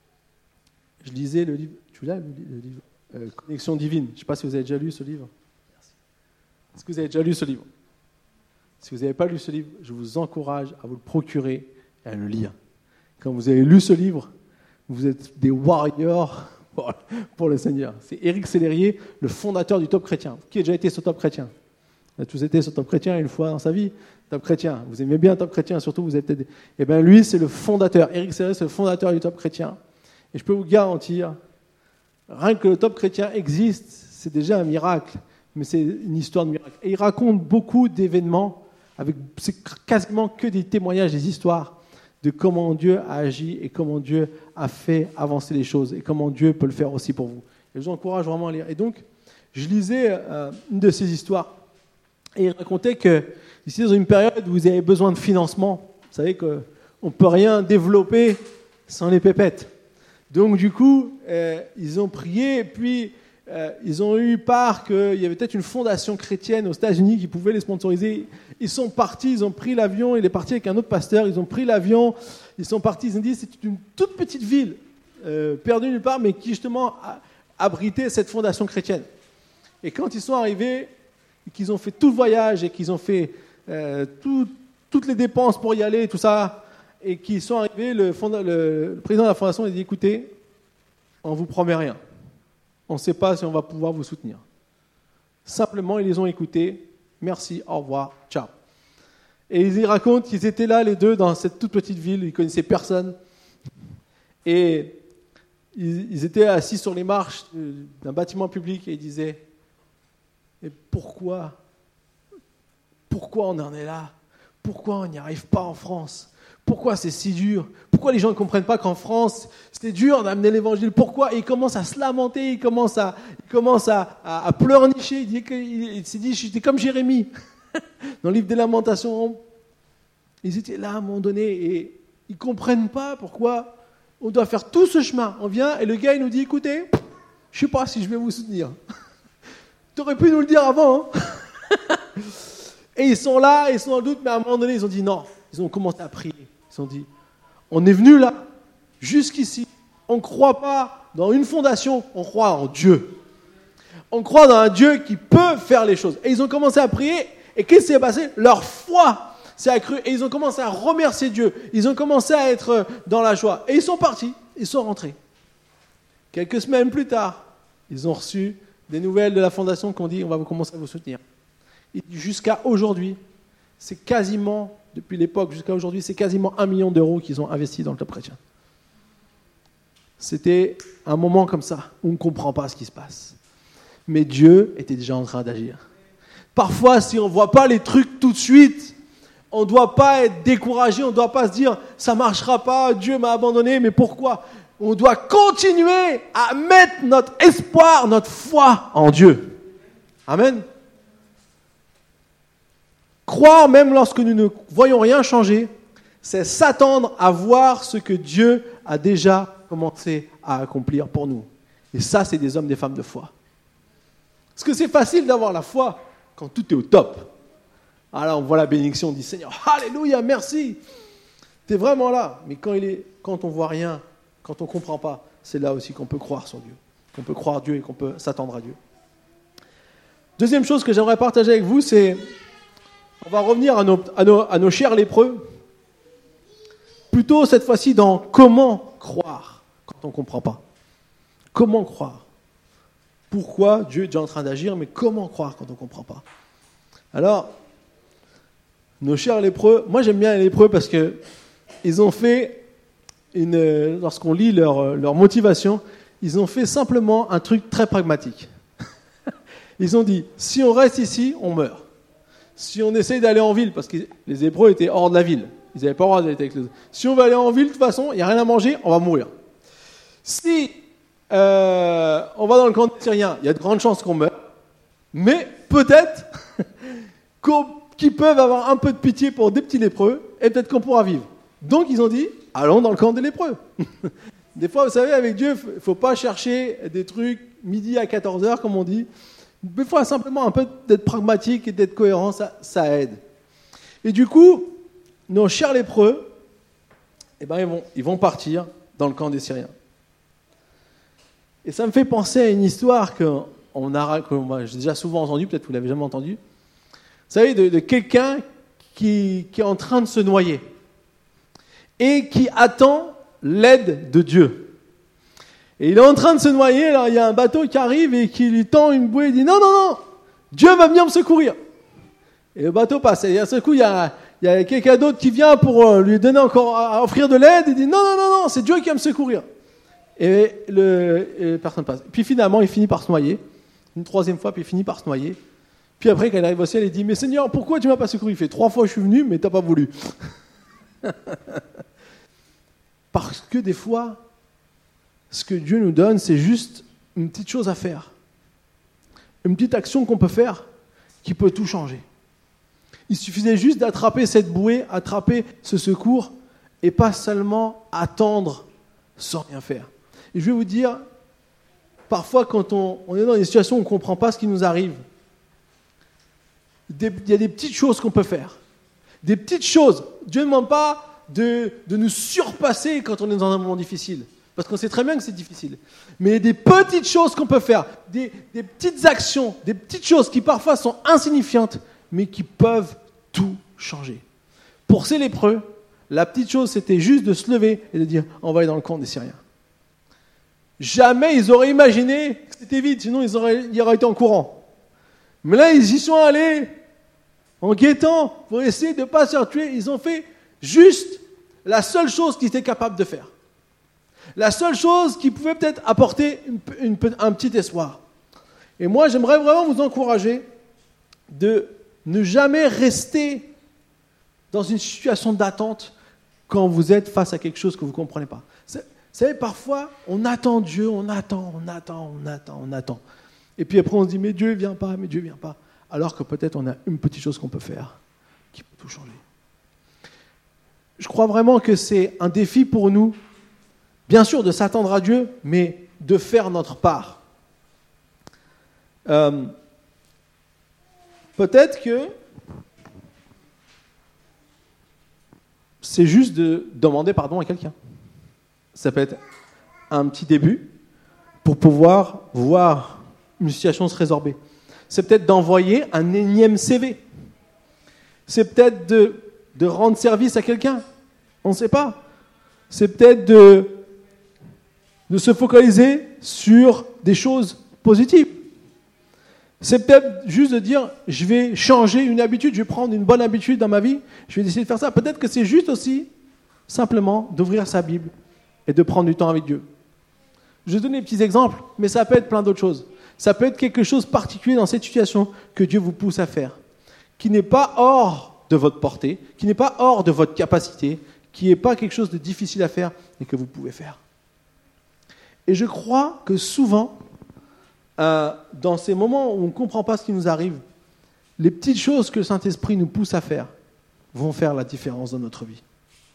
S1: Je lisais le livre, tu l'as le livre Connexion divine. Je ne sais pas si vous avez déjà lu ce livre. Merci. Est-ce que vous avez déjà lu ce livre ? Si vous n'avez pas lu ce livre, je vous encourage à vous le procurer et à le lire. Quand vous avez lu ce livre, vous êtes des warriors pour le Seigneur. C'est Éric Sellerier, le fondateur du Top Chrétien. Qui a déjà été sur Top Chrétien ? On a tous été sur Top Chrétien une fois dans sa vie. Top Chrétien. Vous aimez bien Top Chrétien, surtout vous avez peut-être... lui, c'est le fondateur. Éric Sellerier, c'est le fondateur du Top Chrétien. Et je peux vous garantir, rien que le Top Chrétien existe, c'est déjà un miracle, mais c'est une histoire de miracle. Et il raconte beaucoup d'événements, c'est quasiment que des témoignages, des histoires de comment Dieu a agi et comment Dieu a fait avancer les choses et comment Dieu peut le faire aussi pour vous. Et je vous encourage vraiment à lire. Et donc, je lisais une de ces histoires et il racontait que, ici, dans une période où vous avez besoin de financement, vous savez qu'on ne peut rien développer sans les pépettes. Donc du coup, ils ont prié et puis ils ont eu part qu'il y avait peut-être une fondation chrétienne aux États-Unis qui pouvait les sponsoriser. Ils sont partis, ils ont pris l'avion, il est parti avec un autre pasteur, ils ont pris l'avion, ils sont partis, ils ont dit c'est une toute petite ville perdue nulle part, mais qui justement abritait cette fondation chrétienne. Et quand ils sont arrivés, et qu'ils ont fait tout le voyage et qu'ils ont fait toutes les dépenses pour y aller, tout ça, et qui sont arrivés, le président de la fondation a dit « Écoutez, on ne vous promet rien. On ne sait pas si on va pouvoir vous soutenir. » Simplement, ils les ont écoutés. Merci, au revoir, ciao. Et ils racontent qu'ils étaient là, les deux, dans cette toute petite ville. Ils ne connaissaient personne. Et ils étaient assis sur les marches d'un bâtiment public et ils disaient « Mais pourquoi on en est là ? Pourquoi on n'y arrive pas en France ? Pourquoi c'est si dur ? pourquoi les gens ne comprennent pas qu'en France, c'était dur d'amener l'évangile? Pourquoi? Et il commence à se lamenter, il commence à pleurnicher. Il s'est dit, j'étais comme Jérémie. Dans le livre des Lamentations, ils étaient là à un moment donné et ils ne comprennent pas pourquoi on doit faire tout ce chemin. On vient et le gars il nous dit, écoutez, je ne sais pas si je vais vous soutenir. Tu aurais pu nous le dire avant. Hein. Et ils sont là, ils sont dans le doute, mais à un moment donné, ils ont dit non. Ils ont commencé à prier. Ils ont dit, on est venu là, jusqu'ici. On ne croit pas dans une fondation, on croit en Dieu. On croit dans un Dieu qui peut faire les choses. Et ils ont commencé à prier. Et qu'est-ce qui s'est passé? Leur foi s'est accrue. Et ils ont commencé à remercier Dieu. Ils ont commencé à être dans la joie. Et ils sont partis. Ils sont rentrés. Quelques semaines plus tard, ils ont reçu des nouvelles de la fondation qui ont dit, on va commencer à vous soutenir. Et jusqu'à aujourd'hui, c'est quasiment, depuis l'époque jusqu'à aujourd'hui, c'est quasiment 1 million d'euros qu'ils ont investi dans le Club chrétien. C'était un moment comme ça, où on ne comprend pas ce qui se passe. Mais Dieu était déjà en train d'agir. Parfois, si on ne voit pas les trucs tout de suite, on ne doit pas être découragé, on ne doit pas se dire « ça ne marchera pas, Dieu m'a abandonné, mais pourquoi ?» On doit continuer à mettre notre espoir, notre foi en Dieu. Amen. Croire même lorsque nous ne voyons rien changer, c'est s'attendre à voir ce que Dieu a déjà commencé à accomplir pour nous. Et ça, c'est des hommes, des femmes de foi. Parce que c'est facile d'avoir la foi quand tout est au top. Alors on voit la bénédiction, on dit Seigneur, alléluia, merci. Tu es vraiment là. Mais quand on voit rien, quand on ne comprend pas, c'est là aussi qu'on peut croire sur Dieu. Qu'on peut croire Dieu et qu'on peut s'attendre à Dieu. Deuxième chose que j'aimerais partager avec vous, c'est, on va revenir à nos chers lépreux. Plutôt cette fois-ci dans comment croire quand on ne comprend pas. Comment croire? Pourquoi Dieu est déjà en train d'agir, mais comment croire quand on ne comprend pas? Alors, nos chers lépreux, moi j'aime bien les lépreux parce que ils ont fait lorsqu'on lit leur motivation, ils ont fait simplement un truc très pragmatique. Ils ont dit, si on reste ici, on meurt. Si on essaye d'aller en ville, parce que les Hébreux étaient hors de la ville, ils n'avaient pas le droit d'être avec les autres. Si on va aller en ville, de toute façon, il n'y a rien à manger, on va mourir. Si on va dans le camp des Syriens, il y a de grandes chances qu'on meure, mais peut-être qu'ils peuvent avoir un peu de pitié pour des petits lépreux, et peut-être qu'on pourra vivre. Donc ils ont dit, allons dans le camp des lépreux. Des fois, vous savez, avec Dieu, il ne faut pas chercher des trucs midi à 14h, comme on dit. Des fois, simplement un peu d'être pragmatique et d'être cohérent, ça aide. Et du coup, nos chers lépreux, eh ben, ils vont partir dans le camp des Syriens. Et ça me fait penser à une histoire que moi, j'ai déjà souvent entendue, peut-être que vous l'avez jamais entendue. Vous savez, de quelqu'un qui est en train de se noyer et qui attend l'aide de Dieu. Et il est en train de se noyer, alors il y a un bateau qui arrive et qui lui tend une bouée et dit « Non, non, non, Dieu va venir me secourir !» Et le bateau passe. Et à ce coup, il y a quelqu'un d'autre qui vient pour lui donner encore, à offrir de l'aide et dit « Non, non, non, non, c'est Dieu qui va me secourir !» Et personne passe. Puis finalement, il finit par se noyer. Une troisième fois, puis il finit par se noyer. Puis après, quand il arrive au ciel, il dit « Mais Seigneur, pourquoi tu ne m'as pas secouru ?» Il fait « 3 fois je suis venu, mais tu n'as pas voulu. » Parce que des fois, ce que Dieu nous donne, c'est juste une petite chose à faire. Une petite action qu'on peut faire qui peut tout changer. Il suffisait juste d'attraper cette bouée, attraper ce secours et pas seulement attendre sans rien faire. Et je vais vous dire, parfois quand on est dans des situations où on ne comprend pas ce qui nous arrive, il y a des petites choses qu'on peut faire. Des petites choses. Dieu ne demande pas de nous surpasser quand on est dans un moment difficile. Parce qu'on sait très bien que c'est difficile. Mais il y a des petites choses qu'on peut faire, des petites actions, des petites choses qui parfois sont insignifiantes, mais qui peuvent tout changer. Pour ces lépreux, la petite chose, c'était juste de se lever et de dire « On va aller dans le camp des Syriens ». Jamais ils auraient imaginé que c'était vide, sinon ils auraient été en courant. Mais là, ils y sont allés en guettant pour essayer de ne pas se faire tuer. Ils ont fait juste la seule chose qu'ils étaient capables de faire. La seule chose qui pouvait peut-être apporter un petit espoir. Et moi, j'aimerais vraiment vous encourager de ne jamais rester dans une situation d'attente quand vous êtes face à quelque chose que vous ne comprenez pas. Vous savez, parfois, on attend Dieu, on attend. Et puis après, on se dit, mais Dieu ne vient pas. Alors que peut-être on a une petite chose qu'on peut faire qui peut tout changer. Je crois vraiment que c'est un défi pour nous, bien sûr, de s'attendre à Dieu, mais de faire notre part. Peut-être que c'est juste de demander pardon à quelqu'un. Ça peut être un petit début pour pouvoir voir une situation se résorber. C'est peut-être d'envoyer un énième CV. C'est peut-être de rendre service à quelqu'un. On ne sait pas. C'est peut-être de se focaliser sur des choses positives. C'est peut-être juste de dire, je vais changer une habitude, je vais prendre une bonne habitude dans ma vie, je vais décider de faire ça. Peut-être que c'est juste aussi, simplement, d'ouvrir sa Bible et de prendre du temps avec Dieu. Je vais donner des petits exemples, mais ça peut être plein d'autres choses. Ça peut être quelque chose de particulier dans cette situation que Dieu vous pousse à faire, qui n'est pas hors de votre portée, qui n'est pas hors de votre capacité, qui n'est pas quelque chose de difficile à faire et que vous pouvez faire. Et je crois que souvent, dans ces moments où on ne comprend pas ce qui nous arrive, les petites choses que le Saint-Esprit nous pousse à faire vont faire la différence dans notre vie.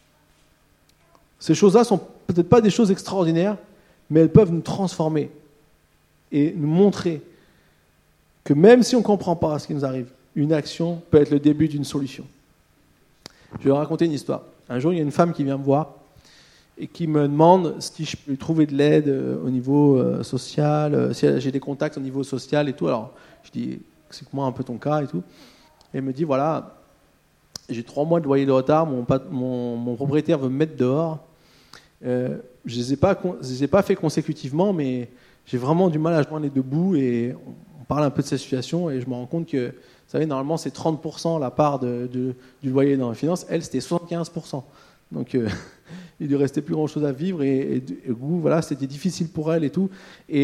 S1: Ces choses-là ne sont peut-être pas des choses extraordinaires, mais elles peuvent nous transformer et nous montrer que même si on ne comprend pas ce qui nous arrive, une action peut être le début d'une solution. Je vais raconter une histoire. Un jour, il y a une femme qui vient me voir et qui me demande si je peux lui trouver de l'aide au niveau social, si j'ai des contacts au niveau social et tout. Alors, je dis, explique-moi un peu ton cas et tout. Et elle me dit, voilà, j'ai 3 mois de loyer de retard, mon propriétaire veut me mettre dehors. Je ne les ai pas fait consécutivement, mais j'ai vraiment du mal à joindre les deux bouts et on parle un peu de cette situation et je me rends compte que, vous savez, normalement, c'est 30% la part du loyer dans les finances. Elle, c'était 75%. Donc, il lui restait plus grand-chose à vivre et voilà, c'était difficile pour elle et tout. Et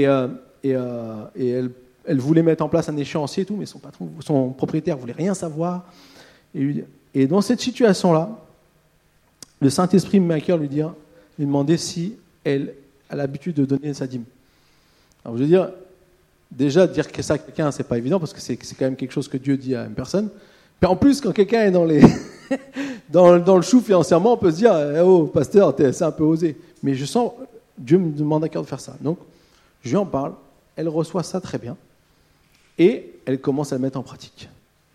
S1: elle voulait mettre en place un échéancier et tout, mais son propriétaire voulait rien savoir. Et dans cette situation-là, le Saint-Esprit me met à cœur lui demander si elle a l'habitude de donner sa dîme. Alors, je veux dire, déjà, dire que ça à quelqu'un, c'est pas évident parce que c'est quand même quelque chose que Dieu dit à une personne. Mais en plus, quand quelqu'un est dans le chou financièrement, on peut se dire, oh, pasteur, c'est un peu osé. Mais je sens, Dieu me demande à cœur de faire ça. Donc, je lui en parle, elle reçoit ça très bien, et elle commence à le mettre en pratique.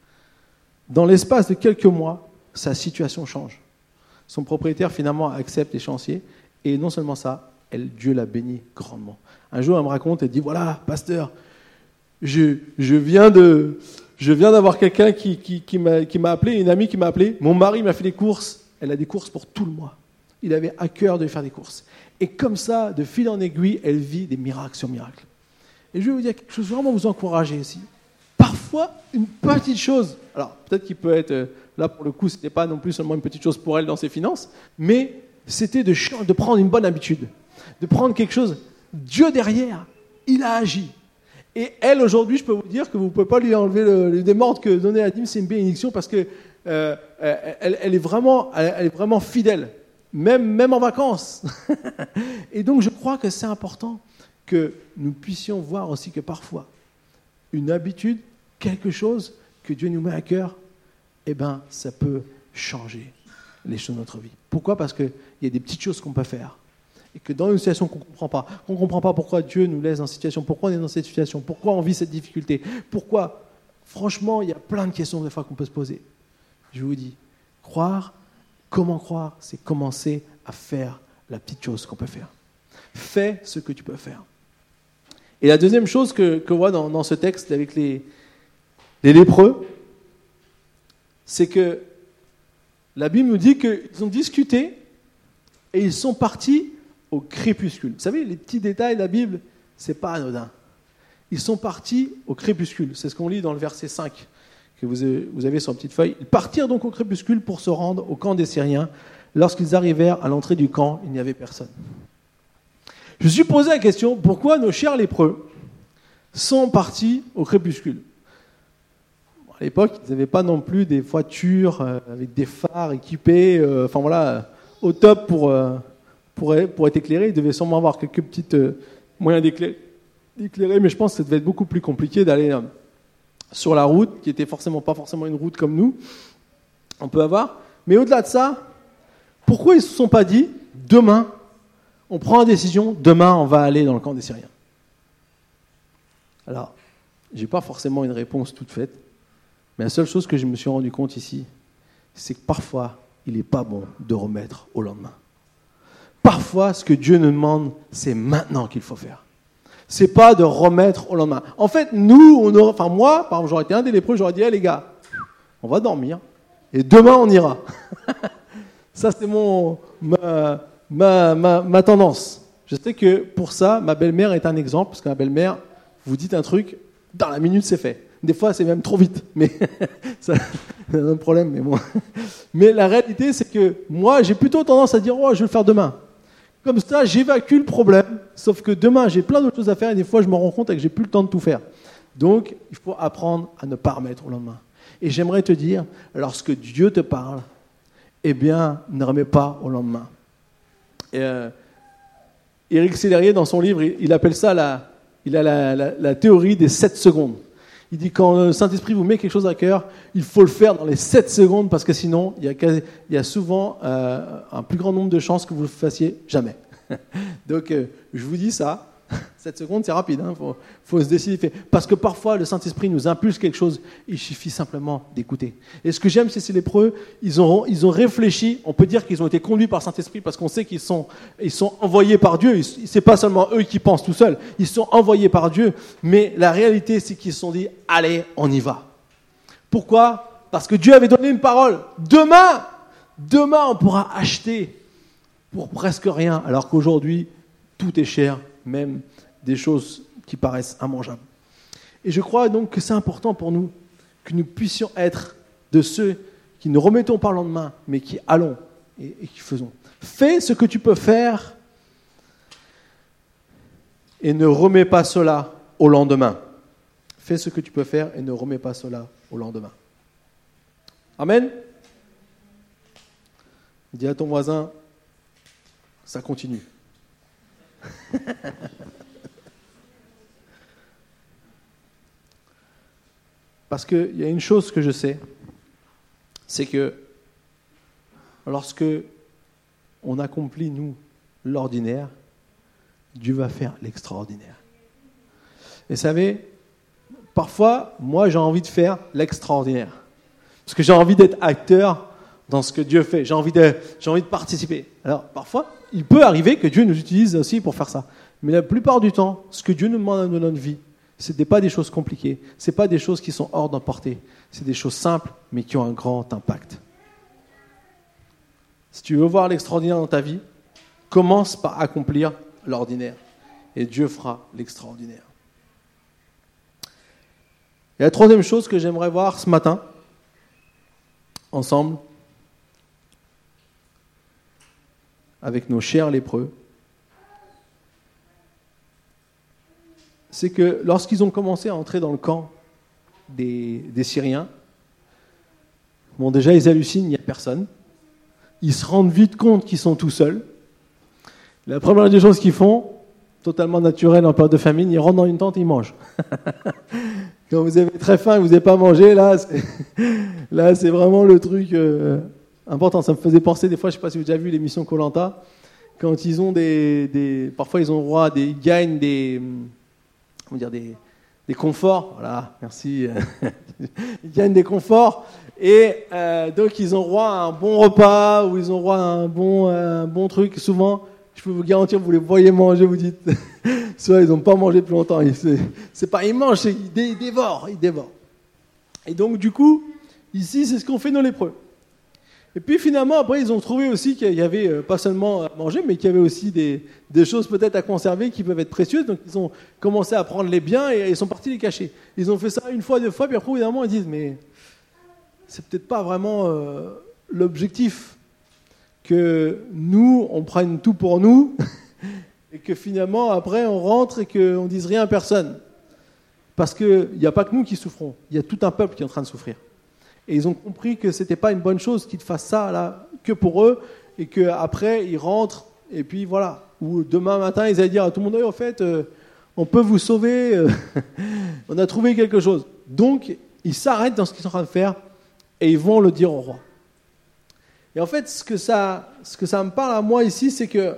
S1: Dans l'espace de quelques mois, sa situation change. Son propriétaire, finalement, accepte l'échéancier, et non seulement ça, Dieu la bénit grandement. Un jour, elle me raconte, elle dit, voilà, pasteur, je viens d'avoir quelqu'un qui m'a appelé, une amie qui m'a appelé. Mon mari m'a fait des courses. Elle a des courses pour tout le mois. Il avait à cœur de faire des courses. Et comme ça, de fil en aiguille, elle vit des miracles sur miracles. Et je vais vous dire quelque chose, vraiment vous encourager ici. Parfois, une petite chose, alors peut-être qu'il peut être, là pour le coup, ce n'était pas non plus seulement une petite chose pour elle dans ses finances, mais c'était de prendre une bonne habitude, de prendre quelque chose. Dieu derrière, il a agi. Et elle, aujourd'hui, je peux vous dire que vous ne pouvez pas lui enlever le démordre que donner la dîme, c'est une bénédiction parce que elle est vraiment fidèle, même en vacances. Et donc, je crois que c'est important que nous puissions voir aussi que parfois, une habitude, quelque chose que Dieu nous met à cœur, eh ben, ça peut changer les choses de notre vie. Pourquoi ? Parce qu'il y a des petites choses qu'on peut faire. Et que dans une situation qu'on ne comprend pas pourquoi Dieu nous laisse dans cette situation, pourquoi on est dans cette situation, pourquoi on vit cette difficulté, pourquoi, franchement, il y a plein de questions des fois qu'on peut se poser. Je vous dis, comment croire, c'est commencer à faire la petite chose qu'on peut faire. Fais ce que tu peux faire. Et la deuxième chose que on voit dans ce texte avec les lépreux, c'est que la Bible nous dit qu'ils ont discuté et ils sont partis au crépuscule. Vous savez, les petits détails de la Bible, c'est pas anodin. Ils sont partis au crépuscule. C'est ce qu'on lit dans le verset 5 que vous avez sur une petite feuille. Ils partirent donc au crépuscule pour se rendre au camp des Syriens. Lorsqu'ils arrivèrent à l'entrée du camp, il n'y avait personne. Je me suis posé la question, pourquoi nos chers lépreux sont partis au crépuscule ? Bon, à l'époque, ils n'avaient pas non plus des voitures avec des phares équipés. au top pour être éclairé. Il devait sûrement avoir quelques petits moyens d'éclairer, mais je pense que ça devait être beaucoup plus compliqué d'aller sur la route, qui était pas forcément une route comme nous, on peut avoir. Mais au-delà de ça, pourquoi ils ne se sont pas dit, demain, on prend la décision, demain on va aller dans le camp des Syriens? Alors, je n'ai pas forcément une réponse toute faite, mais la seule chose que je me suis rendu compte ici, c'est que parfois, il n'est pas bon de remettre au lendemain. Parfois, ce que Dieu nous demande, c'est maintenant qu'il faut faire. C'est pas de remettre au lendemain. En fait, moi, par exemple, j'aurais été un des lépreux, j'aurais dit, hey, les gars, on va dormir, et demain on ira. Ça, c'est ma tendance. Je sais que pour ça, ma belle-mère est un exemple, parce que ma belle-mère, vous dites un truc, dans la minute, c'est fait. Des fois, c'est même trop vite, mais ça, c'est un problème. Mais bon. Mais la réalité, c'est que moi, j'ai plutôt tendance à dire, oh, je vais le faire demain. Comme ça, j'évacue le problème, sauf que demain, j'ai plein d'autres choses à faire, et des fois, je me rends compte que j'ai plus le temps de tout faire. Donc, il faut apprendre à ne pas remettre au lendemain. Et j'aimerais te dire, lorsque Dieu te parle, eh bien, ne remets pas au lendemain. Éric Sellerier, dans son livre, il appelle ça la théorie des 7 secondes. Il dit quand le Saint-Esprit vous met quelque chose à cœur, il faut le faire dans les 7 secondes parce que sinon, il y a souvent un plus grand nombre de chances que vous ne le fassiez jamais. Donc, je vous dis ça. 7 secondes, c'est rapide, hein, faut se décider. Parce que parfois, le Saint-Esprit nous impulse quelque chose, il suffit simplement d'écouter. Et ce que j'aime, c'est ces lépreux, ils ont réfléchi, on peut dire qu'ils ont été conduits par le Saint-Esprit parce qu'on sait qu'ils sont envoyés par Dieu. C'est pas seulement eux qui pensent tout seuls, ils sont envoyés par Dieu. Mais la réalité, c'est qu'ils se sont dit, allez, on y va. Pourquoi? Parce que Dieu avait donné une parole. Demain, on pourra acheter pour presque rien, alors qu'aujourd'hui, tout est cher, même des choses qui paraissent immangeables. Et je crois donc que c'est important pour nous que nous puissions être de ceux qui ne remettons pas le lendemain, mais qui allons et qui faisons. Fais ce que tu peux faire et ne remets pas cela au lendemain. Fais ce que tu peux faire et ne remets pas cela au lendemain. Amen. Dis à ton voisin, ça continue. Parce qu'il y a une chose que je sais, c'est que lorsque on accomplit, nous, l'ordinaire, Dieu va faire l'extraordinaire. Et vous savez, parfois, moi, j'ai envie de faire l'extraordinaire. Parce que j'ai envie d'être acteur dans ce que Dieu fait. J'ai envie de participer. Alors, parfois, il peut arriver que Dieu nous utilise aussi pour faire ça. Mais la plupart du temps, ce que Dieu nous demande dans notre vie, ce n'est pas des choses compliquées. Ce n'est pas des choses qui sont hors de portée. C'est des choses simples, mais qui ont un grand impact. Si tu veux voir l'extraordinaire dans ta vie, commence par accomplir l'ordinaire. Et Dieu fera l'extraordinaire. Et la troisième chose que j'aimerais voir ce matin, ensemble, avec nos chers lépreux, c'est que lorsqu'ils ont commencé à entrer dans le camp des Syriens, bon, déjà ils hallucinent, il n'y a personne. Ils se rendent vite compte qu'ils sont tout seuls. La première des choses qu'ils font, totalement naturel en période de famine, ils rentrent dans une tente et ils mangent. Quand vous avez très faim et que vous n'avez pas mangé, là c'est vraiment le truc important. Ça me faisait penser des fois, je ne sais pas si vous avez déjà vu l'émission Koh-Lanta, quand ils ont parfois ils ont droit ils gagnent des conforts. Voilà, merci. Ils gagnent des conforts et donc ils ont droit à un bon repas ou ils ont droit à un bon truc. Souvent, je peux vous garantir, vous les voyez manger, vous dites, soit ils n'ont pas mangé depuis longtemps. C'est pas ils mangent, ils dévorent. Et donc du coup, ici, c'est ce qu'ont fait nos lépreux. Et puis finalement, après, ils ont trouvé aussi qu'il y avait pas seulement à manger, mais qu'il y avait aussi des choses peut-être à conserver qui peuvent être précieuses. Donc ils ont commencé à prendre les biens et ils sont partis les cacher. Ils ont fait ça une fois, deux fois, puis après, évidemment, ils disent, mais c'est peut-être pas vraiment l'objectif que nous, on prenne tout pour nous et que finalement, après, on rentre et qu'on ne dise rien à personne. Parce qu'il n'y a pas que nous qui souffrons, il y a tout un peuple qui est en train de souffrir. Et ils ont compris que ce n'était pas une bonne chose qu'ils fassent ça là, que pour eux, et qu'après, ils rentrent, et puis voilà. Ou demain matin, ils allaient dire à tout le monde, en fait, on peut vous sauver, on a trouvé quelque chose. Donc, ils s'arrêtent dans ce qu'ils sont en train de faire, et ils vont le dire au roi. Et en fait, ce que ça me parle à moi ici, c'est que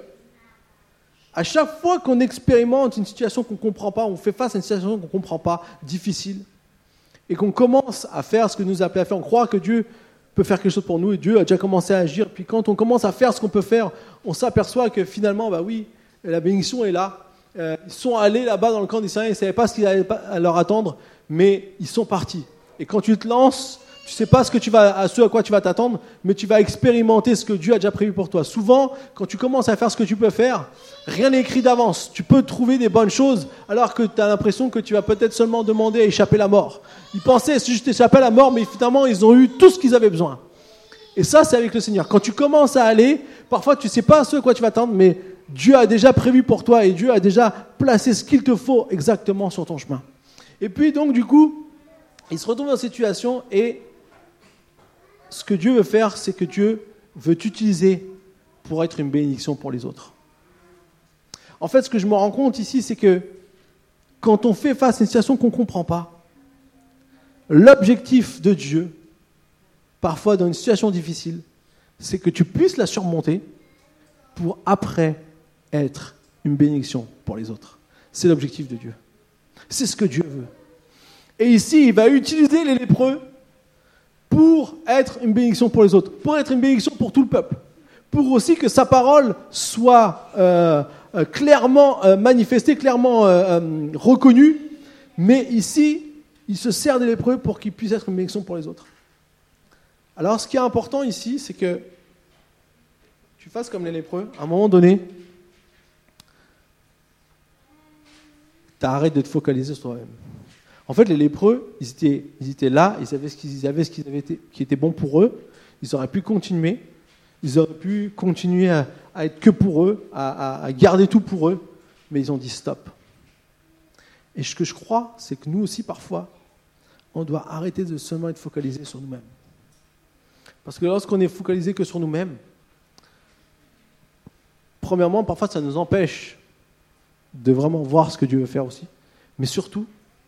S1: à chaque fois qu'on expérimente une situation qu'on ne comprend pas, on fait face à une situation qu'on ne comprend pas, difficile, et qu'on commence à faire ce que nous appelons à faire, on croit que Dieu peut faire quelque chose pour nous, et Dieu a déjà commencé à agir, puis quand on commence à faire ce qu'on peut faire, on s'aperçoit que finalement, oui, la bénédiction est là. Ils sont allés là-bas dans le camp d'Israël, ils ne savaient pas ce qu'il allait leur attendre, mais ils sont partis. Et quand tu te lances, tu ne sais pas ce à quoi tu vas t'attendre, mais tu vas expérimenter ce que Dieu a déjà prévu pour toi. Souvent, quand tu commences à faire ce que tu peux faire, rien n'est écrit d'avance. Tu peux trouver des bonnes choses, alors que tu as l'impression que tu vas peut-être seulement demander à échapper à la mort. Ils pensaient juste échapper à la mort, mais finalement, ils ont eu tout ce qu'ils avaient besoin. Et ça, c'est avec le Seigneur. Quand tu commences à aller, parfois, tu ne sais pas ce à quoi tu vas t'attendre, mais Dieu a déjà prévu pour toi, et Dieu a déjà placé ce qu'il te faut exactement sur ton chemin. Et puis, donc, du coup, ils se retrouvent dans cette situation, et ce que Dieu veut faire, c'est que Dieu veut t'utiliser pour être une bénédiction pour les autres. En fait, ce que je me rends compte ici, c'est que quand on fait face à une situation qu'on ne comprend pas, l'objectif de Dieu, parfois dans une situation difficile, c'est que tu puisses la surmonter pour après être une bénédiction pour les autres. C'est l'objectif de Dieu. C'est ce que Dieu veut. Et ici, il va utiliser les lépreux pour être une bénédiction pour les autres, pour être une bénédiction pour tout le peuple, pour aussi que sa parole soit clairement manifestée, clairement reconnue, mais ici, il se sert des lépreux pour qu'ils puissent être une bénédiction pour les autres. Alors, ce qui est important ici, c'est que tu fasses comme les lépreux, à un moment donné, tu arrêtes de te focaliser sur toi-même. En fait, les lépreux, ils étaient là, ils savaient qui était bon pour eux, ils auraient pu continuer à être que pour eux, à garder tout pour eux, mais ils ont dit stop. Et ce que je crois, c'est que nous aussi, parfois, on doit arrêter de seulement être focalisé sur nous-mêmes. Parce que lorsqu'on est focalisé que sur nous-mêmes, premièrement, parfois, ça nous empêche de vraiment voir ce que Dieu veut faire aussi, mais surtout,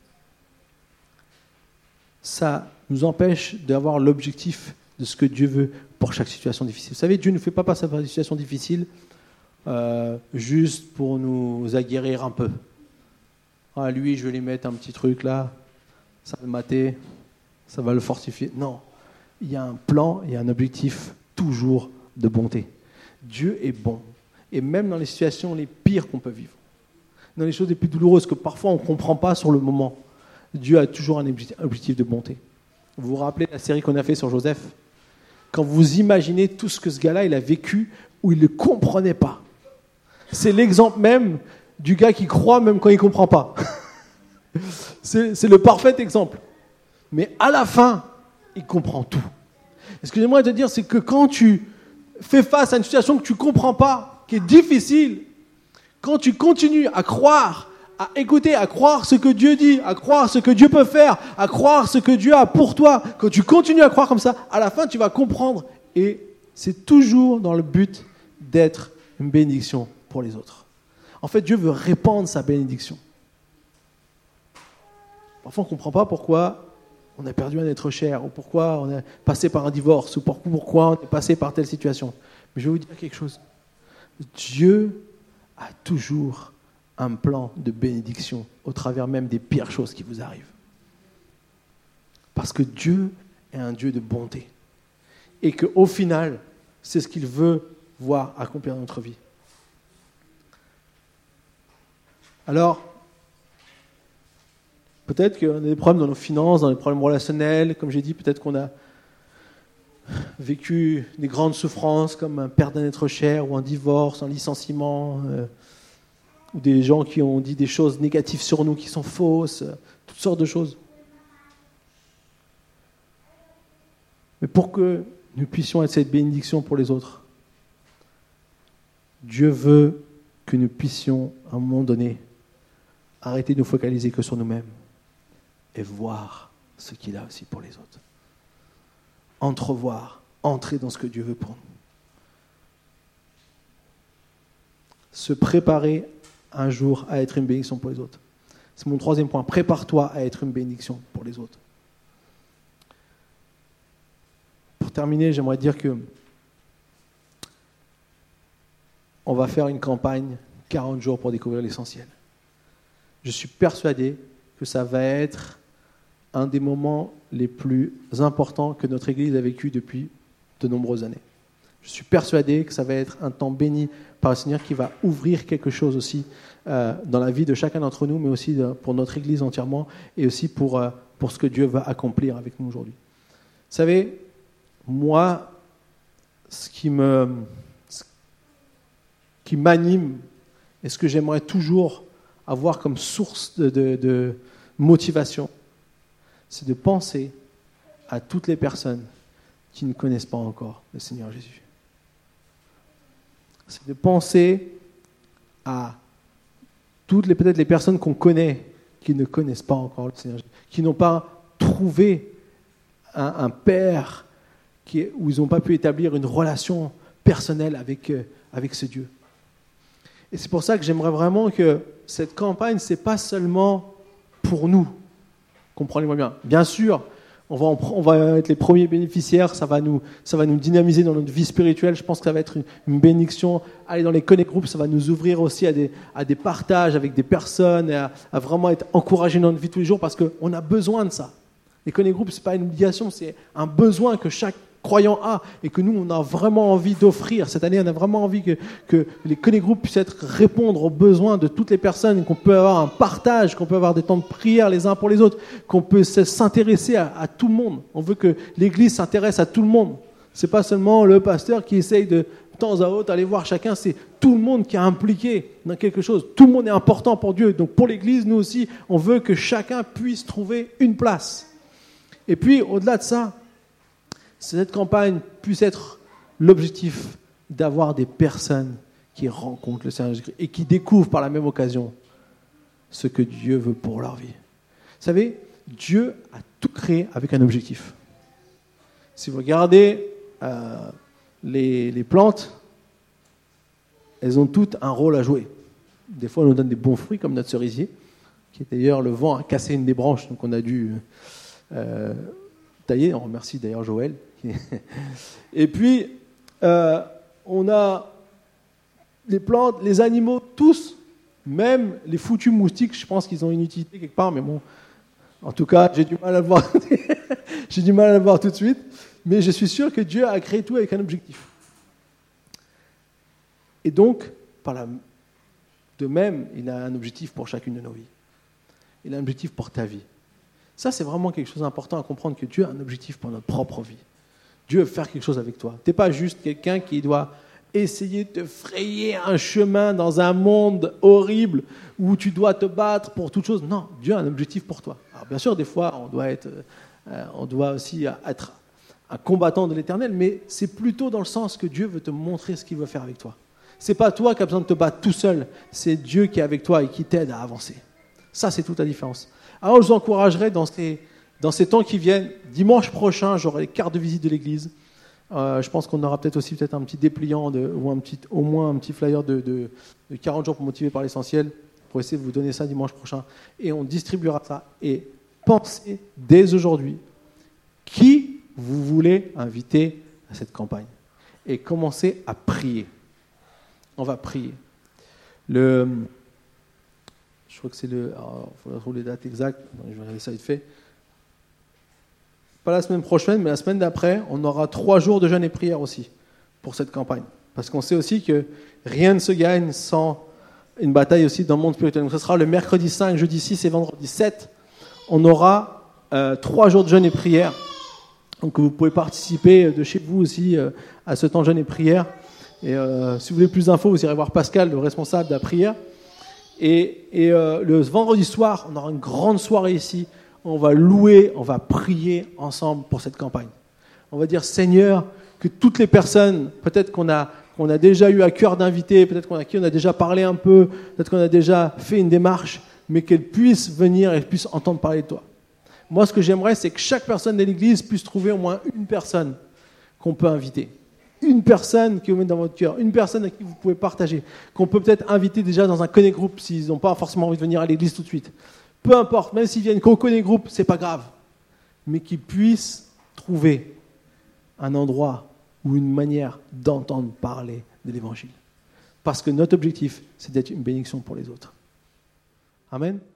S1: ça nous empêche d'avoir l'objectif de ce que Dieu veut pour chaque situation difficile. Vous savez, Dieu ne fait pas passer par des situations difficiles juste pour nous aguerrir un peu. Ah, lui, je vais lui mettre un petit truc là, ça va le mater, ça va le fortifier. Non, il y a un plan, il y a un objectif toujours de bonté. Dieu est bon. Et même dans les situations les pires qu'on peut vivre, dans les choses les plus douloureuses que parfois on ne comprend pas sur le moment, Dieu a toujours un objectif de bonté. Vous vous rappelez la série qu'on a fait sur Joseph ? Quand vous imaginez tout ce que ce gars-là il a vécu, où il ne comprenait pas. C'est l'exemple même du gars qui croit même quand il ne comprend pas. C'est le parfait exemple. Mais à la fin, il comprend tout. Et ce que j'aimerais te dire, c'est que quand tu fais face à une situation que tu ne comprends pas, qui est difficile, quand tu continues à croire, à écouter, à croire ce que Dieu dit, à croire ce que Dieu peut faire, à croire ce que Dieu a pour toi, quand tu continues à croire comme ça, à la fin tu vas comprendre. Et c'est toujours dans le but d'être une bénédiction pour les autres. En fait, Dieu veut répandre sa bénédiction. Parfois on ne comprend pas pourquoi on a perdu un être cher, ou pourquoi on est passé par un divorce, ou pourquoi on est passé par telle situation. Mais je vais vous dire quelque chose. Dieu a toujours un plan de bénédiction au travers même des pires choses qui vous arrivent. Parce que Dieu est un Dieu de bonté. Et qu'au final, c'est ce qu'il veut voir accomplir dans notre vie. Alors, peut-être qu'on a des problèmes dans nos finances, dans les problèmes relationnels, comme j'ai dit, peut-être qu'on a vécu des grandes souffrances comme un perte d'un être cher, ou un divorce, un licenciement, ou des gens qui ont dit des choses négatives sur nous qui sont fausses, toutes sortes de choses. Mais pour que nous puissions être cette bénédiction pour les autres, Dieu veut que nous puissions, à un moment donné, arrêter de nous focaliser que sur nous-mêmes et voir ce qu'il a aussi pour les autres. Entrevoir, entrer dans ce que Dieu veut pour nous. se préparer un jour à être une bénédiction pour les autres. C'est mon troisième point. Prépare-toi à être une bénédiction pour les autres. Pour terminer, j'aimerais dire que on va faire une campagne 40 jours pour découvrir l'essentiel. Je suis persuadé que ça va être un des moments les plus importants que notre Église a vécu depuis de nombreuses années. Je suis persuadé que ça va être un temps béni par le Seigneur qui va ouvrir quelque chose aussi dans la vie de chacun d'entre nous, mais aussi pour notre Église entièrement et aussi pour ce que Dieu va accomplir avec nous aujourd'hui. Vous savez, moi, ce qui m'anime et ce que j'aimerais toujours avoir comme source de motivation, c'est de penser à toutes les personnes qui ne connaissent pas encore le Seigneur Jésus. C'est de penser à peut-être les personnes qu'on connaît qui ne connaissent pas encore le Seigneur Jésus, qui n'ont pas trouvé un Père où ils n'ont pas pu établir une relation personnelle avec ce Dieu. Et c'est pour ça que j'aimerais vraiment que cette campagne, ce n'est pas seulement pour nous. Comprenez-moi bien. Bien sûr, on va être les premiers bénéficiaires, ça va nous dynamiser dans notre vie spirituelle. Je pense que ça va être une bénédiction. Aller dans les connect groups, ça va nous ouvrir aussi à des partages avec des personnes, et à vraiment être encouragés dans notre vie tous les jours parce qu'on a besoin de ça. Les connect groups, ce n'est pas une obligation, c'est un besoin que chaque croyant a et que nous, on a vraiment envie d'offrir. Cette année, on a vraiment envie que les connect groups puissent répondre aux besoins de toutes les personnes, qu'on peut avoir un partage, qu'on peut avoir des temps de prière les uns pour les autres, qu'on peut s'intéresser à tout le monde. On veut que l'Église s'intéresse à tout le monde. C'est pas seulement le pasteur qui essaye de temps à autre aller voir chacun, c'est tout le monde qui est impliqué dans quelque chose. Tout le monde est important pour Dieu. Donc pour l'Église, nous aussi, on veut que chacun puisse trouver une place. Et puis, au-delà de ça, cette campagne puisse être l'objectif d'avoir des personnes qui rencontrent le Seigneur Jésus-Christ et qui découvrent par la même occasion ce que Dieu veut pour leur vie. Vous savez, Dieu a tout créé avec un objectif. Si vous regardez les plantes, elles ont toutes un rôle à jouer. Des fois, elles nous donnent des bons fruits, comme notre cerisier, qui est d'ailleurs, le vent a cassé une des branches, donc on a dû tailler. On remercie d'ailleurs Joël. Et puis, on a les plantes, les animaux, tous, même les foutus moustiques, je pense qu'ils ont une utilité quelque part, mais bon, en tout cas, j'ai du mal à le voir. J'ai du mal à le voir tout de suite, mais je suis sûr que Dieu a créé tout avec un objectif. Et donc, de même, il a un objectif pour chacune de nos vies. Il a un objectif pour ta vie. Ça, c'est vraiment quelque chose d'important à comprendre, que Dieu a un objectif pour notre propre vie. Dieu veut faire quelque chose avec toi. Tu n'es pas juste quelqu'un qui doit essayer de te frayer un chemin dans un monde horrible où tu dois te battre pour toute chose. Non, Dieu a un objectif pour toi. Alors bien sûr, des fois, on doit aussi être un combattant de l'Éternel, mais c'est plutôt dans le sens que Dieu veut te montrer ce qu'il veut faire avec toi. Ce n'est pas toi qui as besoin de te battre tout seul, c'est Dieu qui est avec toi et qui t'aide à avancer. Ça, c'est toute la différence. Alors, je vous encouragerai dans ces temps qui viennent. Dimanche prochain, j'aurai les cartes de visite de l'Église. Je pense qu'on aura peut-être aussi un petit dépliant ou au moins un petit flyer de 40 jours pour motiver par l'essentiel, pour essayer de vous donner ça dimanche prochain. Et on distribuera ça. Et pensez dès aujourd'hui qui vous voulez inviter à cette campagne. Et commencez à prier. On va prier. Je crois que c'est il faudra trouver les dates exactes. Je vais regarder ça vite fait. Pas la semaine prochaine, mais la semaine d'après, on aura 3 jours de jeûne et prière aussi pour cette campagne. Parce qu'on sait aussi que rien ne se gagne sans une bataille aussi dans le monde spirituel. Donc ce sera le mercredi 5, jeudi 6 et vendredi 7. On aura 3 jours de jeûne et prière. Donc vous pouvez participer de chez vous aussi à ce temps de jeûne et prière. Et si vous voulez plus d'infos, vous irez voir Pascal, le responsable de la prière. Et le vendredi soir, on aura une grande soirée ici. On va louer, on va prier ensemble pour cette campagne. On va dire, Seigneur, que toutes les personnes, peut-être qu'on a déjà eu à cœur d'inviter, peut-être qu'on a déjà parlé un peu, peut-être qu'on a déjà fait une démarche, mais qu'elles puissent venir et puissent entendre parler de toi. Moi, ce que j'aimerais, c'est que chaque personne de l'Église puisse trouver au moins une personne qu'on peut inviter. une personne qui vous met dans votre cœur, une personne à qui vous pouvez partager, qu'on peut peut-être inviter déjà dans un connect group s'ils n'ont pas forcément envie de venir à l'église tout de suite. Peu importe, même s'ils viennent qu'au connect group, c'est pas grave. Mais qu'ils puissent trouver un endroit ou une manière d'entendre parler de l'évangile. Parce que notre objectif, c'est d'être une bénédiction pour les autres. Amen.